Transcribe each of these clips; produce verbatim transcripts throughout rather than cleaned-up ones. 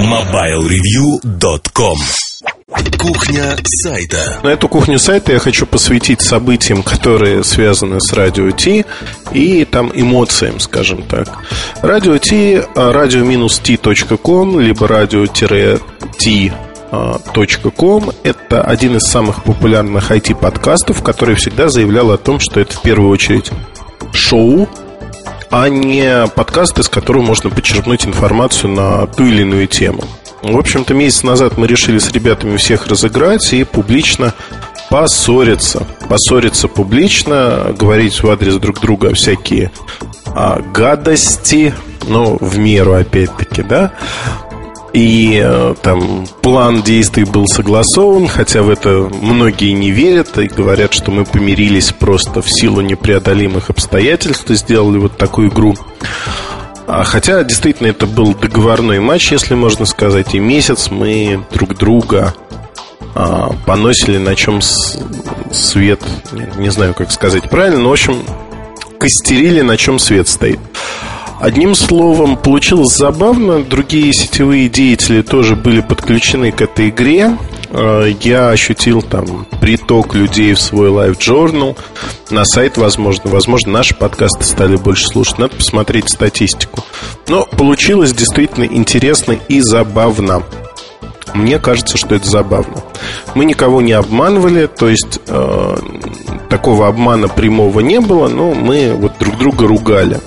мобайл ревью точка ком. Кухня сайта. На эту кухню сайта я хочу посвятить событиям, которые связаны с Радио Ти и там эмоциям, скажем так. Радио Ти, радио-ти точка ком, либо радио-ти точка ком — это один из самых популярных ай ти-подкастов, который всегда заявлял о том, что это в первую очередь шоу, а не подкаст, из которого можно почерпнуть информацию на ту или иную тему. В общем-то, месяц назад мы решили с ребятами всех разыграть и публично поссориться. Поссориться публично, говорить в адрес друг друга всякие а, гадости, но в меру, опять-таки, да. И э, там план действий был согласован, хотя в это многие не верят и говорят, что мы помирились просто в силу непреодолимых обстоятельств и сделали вот такую игру. А, хотя действительно это был договорной матч, если можно сказать. И месяц мы друг друга а, поносили, на чем с, свет, не, не знаю, как сказать правильно, но в общем костерили, на чем свет стоит. Одним словом, получилось забавно. Другие сетевые деятели тоже были подключены к этой игре. Я ощутил там приток людей в свой лайв-джорнал, на сайт, возможно. Возможно, наши подкасты стали больше слушать. Надо посмотреть статистику. Но получилось действительно интересно и забавно. Мне кажется, что это забавно. Мы никого не обманывали, то есть э, такого обмана прямого не было, но мы вот друг друга ругали.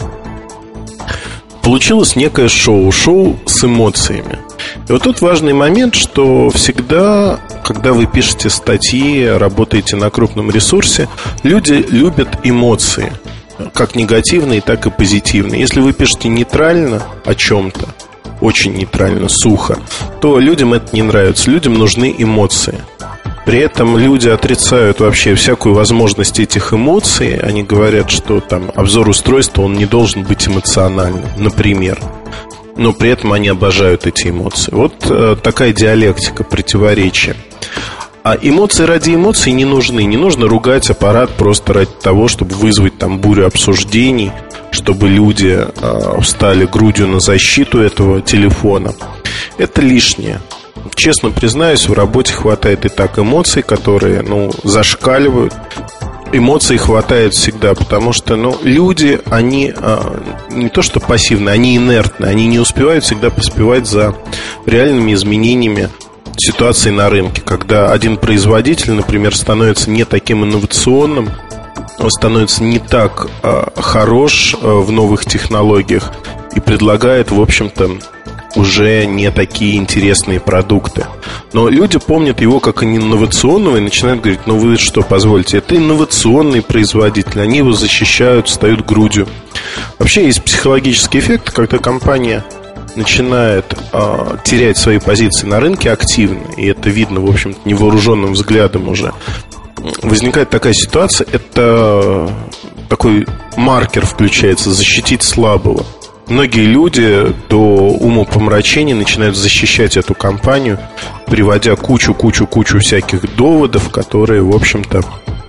Получилось некое шоу, шоу с эмоциями. И вот тут важный момент, что всегда, когда вы пишете статьи, работаете на крупном ресурсе, люди любят эмоции, как негативные, так и позитивные. Если вы пишете нейтрально о чем-то, очень нейтрально, сухо, то людям это не нравится. Людям нужны эмоции. При этом люди отрицают вообще всякую возможность этих эмоций. Они говорят, что там обзор устройства, он не должен быть эмоциональным, например. Но при этом они обожают эти эмоции. Вот э, такая диалектика, противоречия. А эмоции ради эмоций не нужны. Не нужно ругать аппарат просто ради того, чтобы вызвать там бурю обсуждений, чтобы люди э, встали грудью на защиту этого телефона. Это лишнее. Честно признаюсь, в работе хватает и так эмоций, которые, ну, зашкаливают. Эмоций хватает всегда, потому что, ну, люди, они а, не то что пассивные, они инертны. Они не успевают всегда поспевать за реальными изменениями ситуации на рынке. Когда один производитель, например, становится не таким инновационным, он становится не так а, хорош а, в новых технологиях и предлагает, в общем-то, уже не такие интересные продукты. Но люди помнят его как инновационного и начинают говорить: ну вы что, позвольте, это инновационный производитель. Они его защищают, встают грудью. Вообще есть психологический эффект, когда компания начинает э, терять свои позиции на рынке активно, и это видно, в общем-то, невооруженным взглядом уже. Возникает такая ситуация, это такой маркер включается: защитить слабого. Многие люди до умопомрачения начинают защищать эту компанию, приводя кучу-кучу-кучу всяких доводов, которые, в общем-то,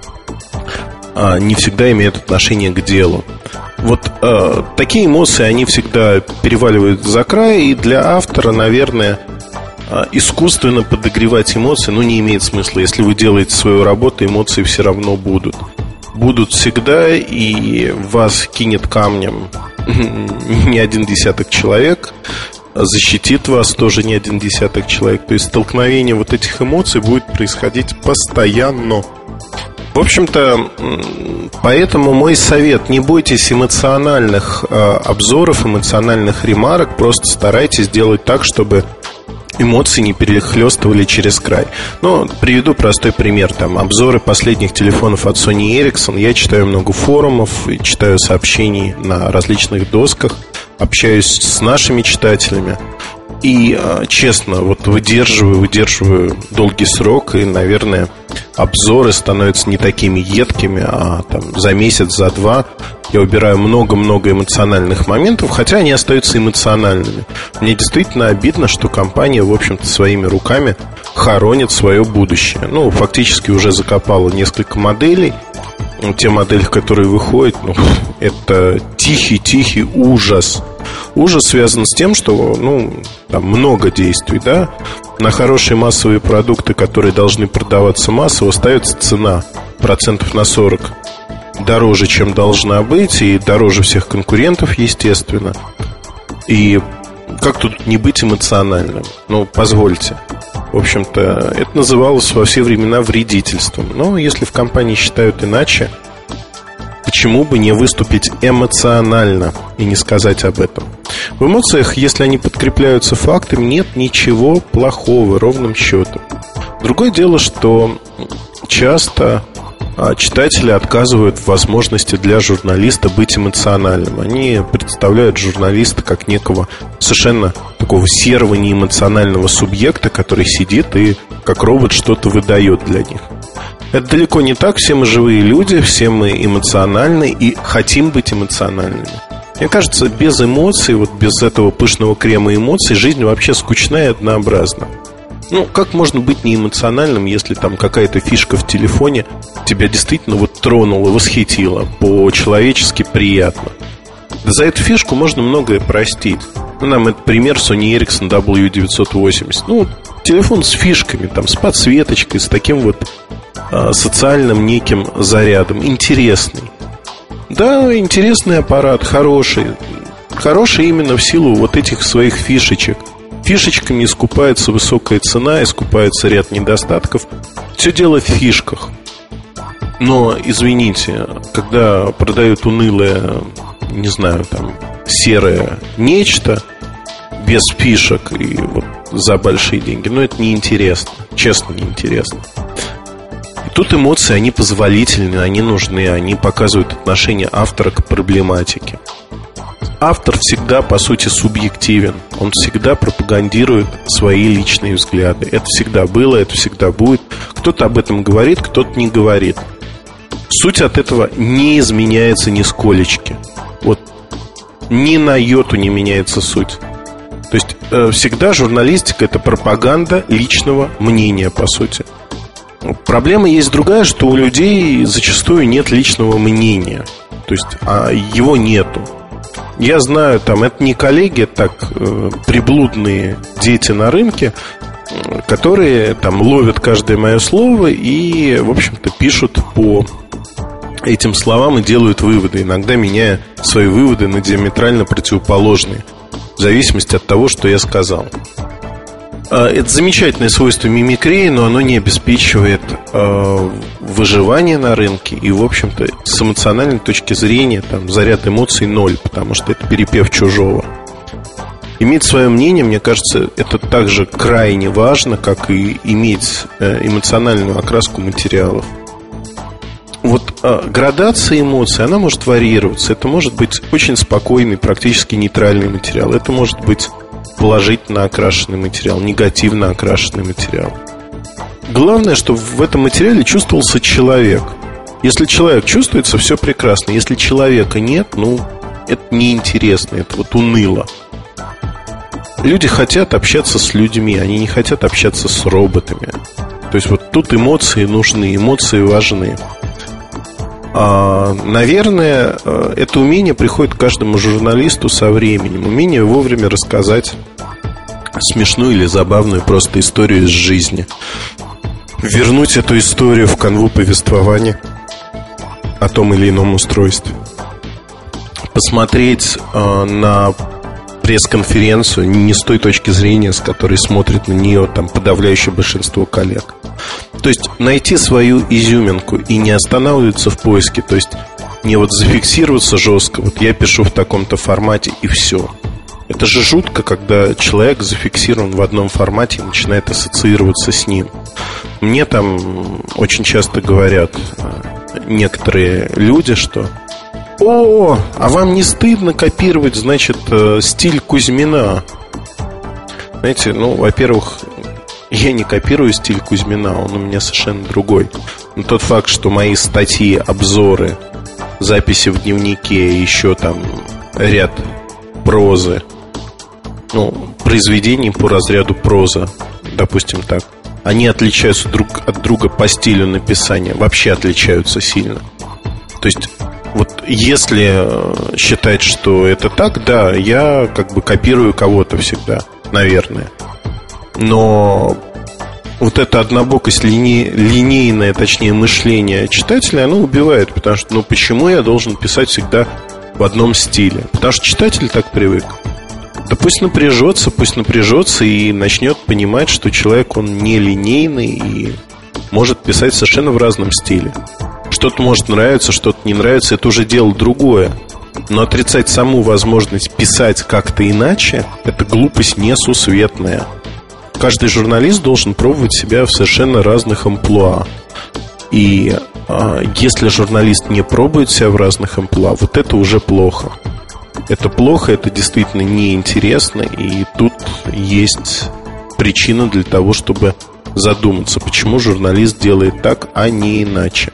не всегда имеют отношение к делу. Вот э, такие эмоции, они всегда переваливают за край. И для автора, наверное, искусственно подогревать эмоции, ну, не имеет смысла. Если вы делаете свою работу, эмоции все равно будут. Будут всегда, и вас кинет камнем не один десяток человек, защитит вас тоже не один десяток человек. То есть столкновение вот этих эмоций будет происходить постоянно. В общем-то, поэтому мой совет: не бойтесь эмоциональных э, обзоров, эмоциональных ремарок. Просто старайтесь делать так, чтобы эмоции не перехлестывали через край. Но приведу простой пример. Там обзоры последних телефонов от Sony Ericsson. Я читаю много форумов, читаю сообщений на различных досках, общаюсь с нашими читателями. И, честно, вот выдерживаю, выдерживаю долгий срок. И, наверное, обзоры становятся не такими едкими, а там за месяц, за два я убираю много-много эмоциональных моментов, хотя они остаются эмоциональными. Мне действительно обидно, что компания, в общем-то, своими руками хоронит свое будущее. Ну, фактически уже закопала несколько моделей. Те модели, которые выходят, ну, это тихий-тихий ужас. Ужас связан с тем, что, ну, там много действий, да. На хорошие массовые продукты, которые должны продаваться массово, ставится цена процентов на сорок дороже, чем должна быть, и дороже всех конкурентов, естественно. И как тут не быть эмоциональным? Ну, позвольте. В общем-то, это называлось во все времена вредительством. Но если в компании считают иначе, почему бы не выступить эмоционально и не сказать об этом? В эмоциях, если они подкрепляются фактами, нет ничего плохого, ровным счетом. Другое дело, что часто читатели отказывают в возможности для журналиста быть эмоциональным. Они представляют журналиста как некого совершенно такого серого, неэмоционального субъекта, который сидит и как робот что-то выдает для них. Это далеко не так. Все мы живые люди, все мы эмоциональны и хотим быть эмоциональными. Мне кажется, без эмоций, вот без этого пышного крема эмоций, жизнь вообще скучна и однообразна. Ну, как можно быть неэмоциональным, если там какая-то фишка в телефоне тебя действительно вот тронула, восхитила, по-человечески приятно? Да за эту фишку можно многое простить. Ну, нам это пример Sony Ericsson дабл ю девятьсот восемьдесят. Ну, телефон с фишками, там, с подсветочкой, с таким вот а, социальным неким зарядом. Интересный. Да, интересный аппарат, хороший. Хороший именно в силу вот этих своих фишечек. Фишечками искупается высокая цена, искупается ряд недостатков. Все дело в фишках. Но, извините, когда продают унылое, не знаю, там, серое нечто без фишек и вот за большие деньги, ну, это неинтересно. Честно, неинтересно. И тут эмоции, они позволительны, они нужны. Они показывают отношение автора к проблематике. Автор всегда, по сути, субъективен. Он всегда пропагандирует свои личные взгляды. Это всегда было, это всегда будет. Кто-то об этом говорит, кто-то не говорит. Суть от этого не изменяется нисколечки. Вот ни на йоту не меняется суть. То есть э, всегда журналистика — это пропаганда личного мнения, по сути. Проблема есть другая, что у людей зачастую нет личного мнения. То есть а его нету. Я знаю, там, это не коллеги, это так, э, приблудные дети на рынке, э, которые там ловят каждое мое слово и, в общем-то, пишут по этим словам и делают выводы, иногда меняя свои выводы на диаметрально противоположные, в зависимости от того, что я сказал. Это замечательное свойство мимикрии, но оно не обеспечивает э, выживание на рынке. И, в общем-то, с эмоциональной точки зрения там, заряд эмоций ноль, потому что это перепев чужого. Иметь свое мнение, мне кажется, это также крайне важно, как и иметь э, эмоциональную окраску материалов. Вот э, градация эмоций, она может варьироваться. Это может быть очень спокойный, практически нейтральный материал. Это может быть положительно окрашенный материал, негативно окрашенный материал. Главное, чтобы в этом материале чувствовался человек. Если человек чувствуется, все прекрасно. Если человека нет, ну, это неинтересно, это вот уныло. Люди хотят общаться с людьми, они не хотят общаться с роботами. То есть вот тут эмоции нужны, эмоции важны. Наверное, это умение приходит к каждому журналисту со временем. Умение вовремя рассказать смешную или забавную просто историю из жизни. Вернуть эту историю в канву повествования о том или ином устройстве. Посмотреть на пресс-конференцию не с той точки зрения, с которой смотрит на нее там подавляющее большинство коллег. То есть найти свою изюминку и не останавливаться в поиске. То есть не вот зафиксироваться жестко. Вот я пишу в таком-то формате и все. Это же жутко, когда человек зафиксирован в одном формате и начинает ассоциироваться с ним. Мне там очень часто говорят некоторые люди, что: о, а вам не стыдно копировать, значит, стиль Кузьмина? Знаете, ну, во-первых, я не копирую стиль Кузьмина, он у меня совершенно другой. Но тот факт, что мои статьи, обзоры, записи в дневнике и еще там ряд прозы, ну, произведений по разряду проза, допустим так, они отличаются друг от друга по стилю написания, вообще отличаются сильно. То есть вот если считать, что это так, да, я как бы копирую кого-то всегда, наверное. Но вот эта однобокость, лини... линейное, точнее, мышление читателя, оно убивает. Потому что, ну, почему я должен писать всегда в одном стиле? Потому что читатель так привык. Да пусть напряжется, пусть напряжется и начнет понимать, что человек, он не линейный и может писать совершенно в разном стиле. Что-то может нравиться, что-то не нравится, это уже дело другое. Но отрицать саму возможность писать как-то иначе — это глупость несусветная. Каждый журналист должен пробовать себя в совершенно разных амплуа. И а, если журналист не пробует себя в разных амплуа, вот это уже плохо. Это плохо, это действительно неинтересно. И тут есть причина для того, чтобы задуматься, почему журналист делает так, а не иначе.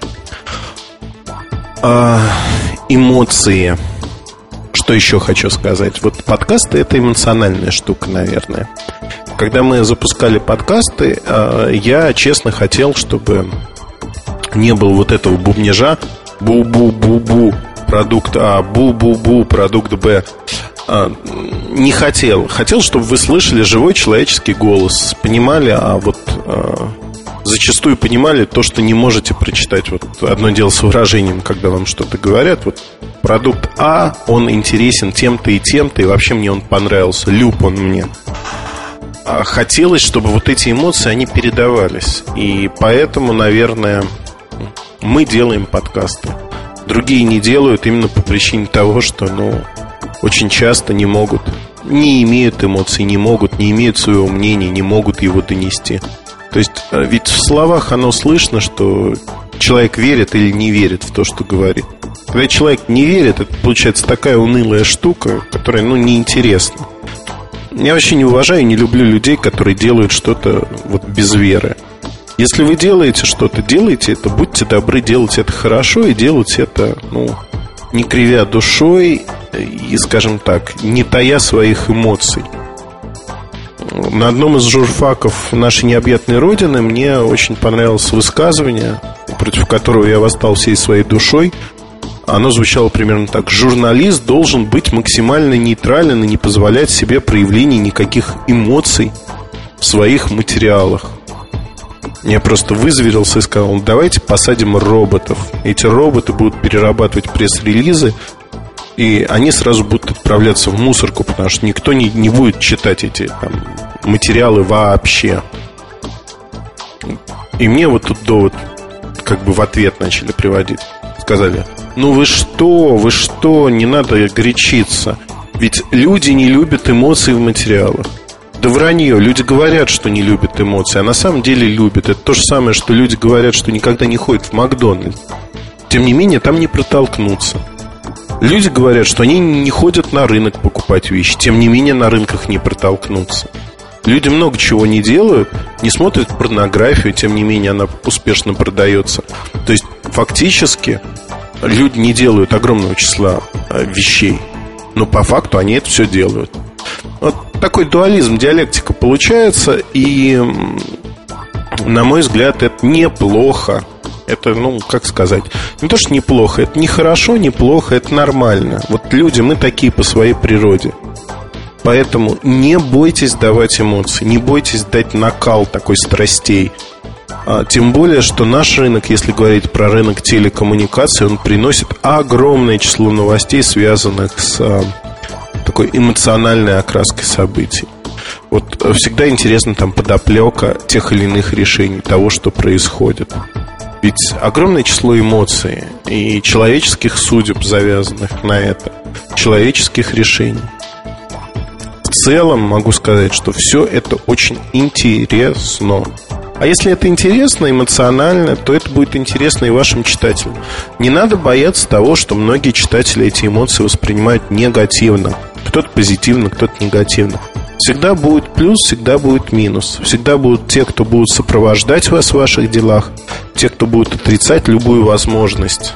а, Эмоции. Что еще хочу сказать? Вот подкасты — это эмоциональная штука, наверное. Когда мы запускали подкасты, я честно хотел, чтобы не было вот этого бубнижа: бу-бу-бу-бу, продукт А, бу-бу-бу, продукт Б. Не хотел. Хотел, чтобы вы слышали живой человеческий голос, понимали, а вот зачастую понимали то, что не можете прочитать. Вот одно дело с выражением, когда вам что-то говорят. Вот продукт А, он интересен тем-то и тем-то, и вообще мне он понравился, люб он мне. Хотелось, чтобы вот эти эмоции, они передавались. И поэтому, наверное, мы делаем подкасты. Другие не делают именно по причине того, что, ну, очень часто не могут, не имеют эмоций, не могут, не имеют своего мнения, не могут его донести. То есть, ведь в словах оно слышно, что человек верит или не верит в то, что говорит. Когда человек не верит, это получается такая унылая штука, которая, ну, неинтересна. Я вообще не уважаю и не люблю людей, которые делают что-то вот без веры. Если вы делаете что-то, делайте это, будьте добры, делайте это хорошо и делайте это, ну, не кривя душой и, скажем так, не тая своих эмоций. На одном из журфаков нашей необъятной Родины мне очень понравилось высказывание, против которого я восстал всей своей душой. Оно звучало примерно так: журналист должен быть максимально нейтрален и не позволять себе проявления никаких эмоций в своих материалах. Я просто вызверился и сказал: давайте посадим роботов. Эти роботы будут перерабатывать пресс-релизы, и они сразу будут отправляться в мусорку, потому что никто не, не будет читать эти там материалы вообще. И мне вот тут довод как бы в ответ начали приводить. Сказали: ну вы что, вы что, не надо горячиться. Ведь люди не любят эмоции в материалах. Да вранье, люди говорят, что не любят эмоции, а на самом деле любят. Это то же самое, что люди говорят, что никогда не ходят в Макдональдс. Тем не менее, там не протолкнуться. Люди говорят, что они не ходят на рынок покупать вещи. Тем не менее, на рынках не протолкнуться. Люди много чего не делают, не смотрят порнографию, тем не менее она успешно продается. То есть фактически люди не делают огромного числа вещей, но по факту они это все делают. Вот такой дуализм, диалектика получается. И, на мой взгляд, это неплохо. Это, ну, как сказать, не то, что неплохо, это не хорошо, не плохо, это нормально. Вот люди, мы такие по своей природе. Поэтому не бойтесь давать эмоции, не бойтесь дать накал такой страстей. а, Тем более, что наш рынок, если говорить про рынок телекоммуникаций, он приносит огромное число новостей, связанных с а, такой эмоциональной окраской событий. Вот всегда интересно там подоплека тех или иных решений, того, что происходит. Ведь огромное число эмоций и человеческих судеб, завязанных на это, человеческих решений. В целом могу сказать, что все это очень интересно. А если это интересно, эмоционально, то это будет интересно и вашим читателям. Не надо бояться того, что многие читатели эти эмоции воспринимают негативно. Кто-то позитивно, кто-то негативно. Всегда будет плюс, всегда будет минус. Всегда будут те, кто будут сопровождать вас в ваших делах, те, кто будут отрицать любую возможность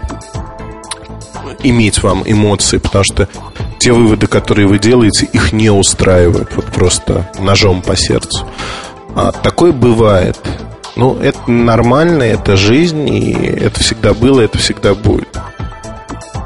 иметь вам эмоции, потому что те выводы, которые вы делаете, их не устраивают. Вот просто ножом по сердцу. а, Такое бывает. Ну, это нормально, это жизнь, и это всегда было, это всегда будет.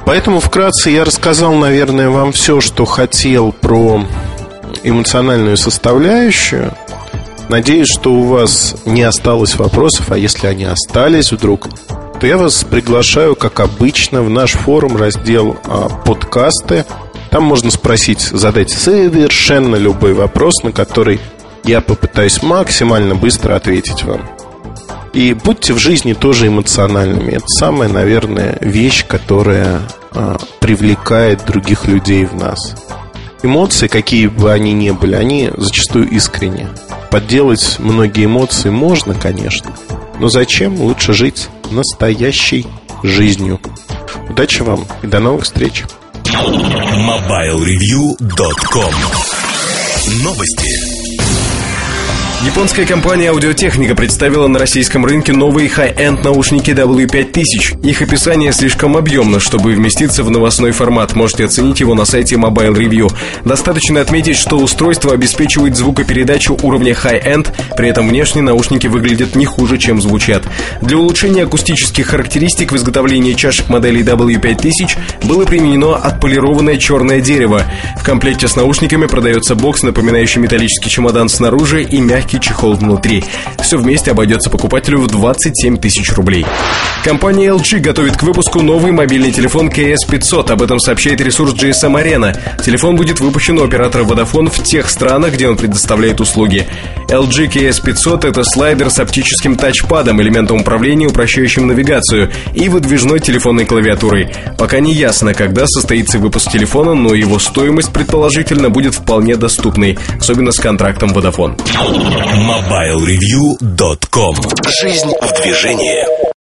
Поэтому вкратце я рассказал, наверное, вам все, что хотел про эмоциональную составляющую. Надеюсь, что у вас не осталось вопросов, а если они остались вдруг, то я вас приглашаю, как обычно, в наш форум, раздел а, «Подкасты». Там можно спросить, задать совершенно любой вопрос, на который я попытаюсь максимально быстро ответить вам. И будьте в жизни тоже эмоциональными. Это самая, наверное, вещь, которая а, привлекает других людей в нас. Эмоции, какие бы они ни были, они зачастую искренние. Подделать многие эмоции можно, конечно, но зачем? Лучше жить настоящей жизнью. Удачи вам и до новых встреч. мобайл ревью точка ком. Новости. Японская компания Audio-Technica представила на российском рынке новые хай-энд наушники дабл ю пять тысяч. Их описание слишком объемно, чтобы вместиться в новостной формат. Можете оценить его на сайте Mobile Review. Достаточно отметить, что устройство обеспечивает звукопередачу уровня хай-энд, при этом внешне наушники выглядят не хуже, чем звучат. Для улучшения акустических характеристик в изготовлении чашек моделей дабл ю пять тысяч было применено отполированное черное дерево. В комплекте с наушниками продается бокс, напоминающий металлический чемодан снаружи, и мягкий чехол внутри. Все вместе обойдется покупателю в двадцать семь тысяч рублей. Компания эл джи готовит к выпуску новый мобильный телефон кей эс пятьсот. Об этом сообщает ресурс джи эс эм Arena. Телефон будет выпущен у оператора Vodafone в тех странах, где он предоставляет услуги. эл джи кей эс пятьсот — это слайдер с оптическим тачпадом, элементом управления, упрощающим навигацию, и выдвижной телефонной клавиатурой. Пока не ясно, когда состоится выпуск телефона, но его стоимость предположительно будет вполне доступной, особенно с контрактом Vodafone. мобайл ревью точка ком. Жизнь в движении.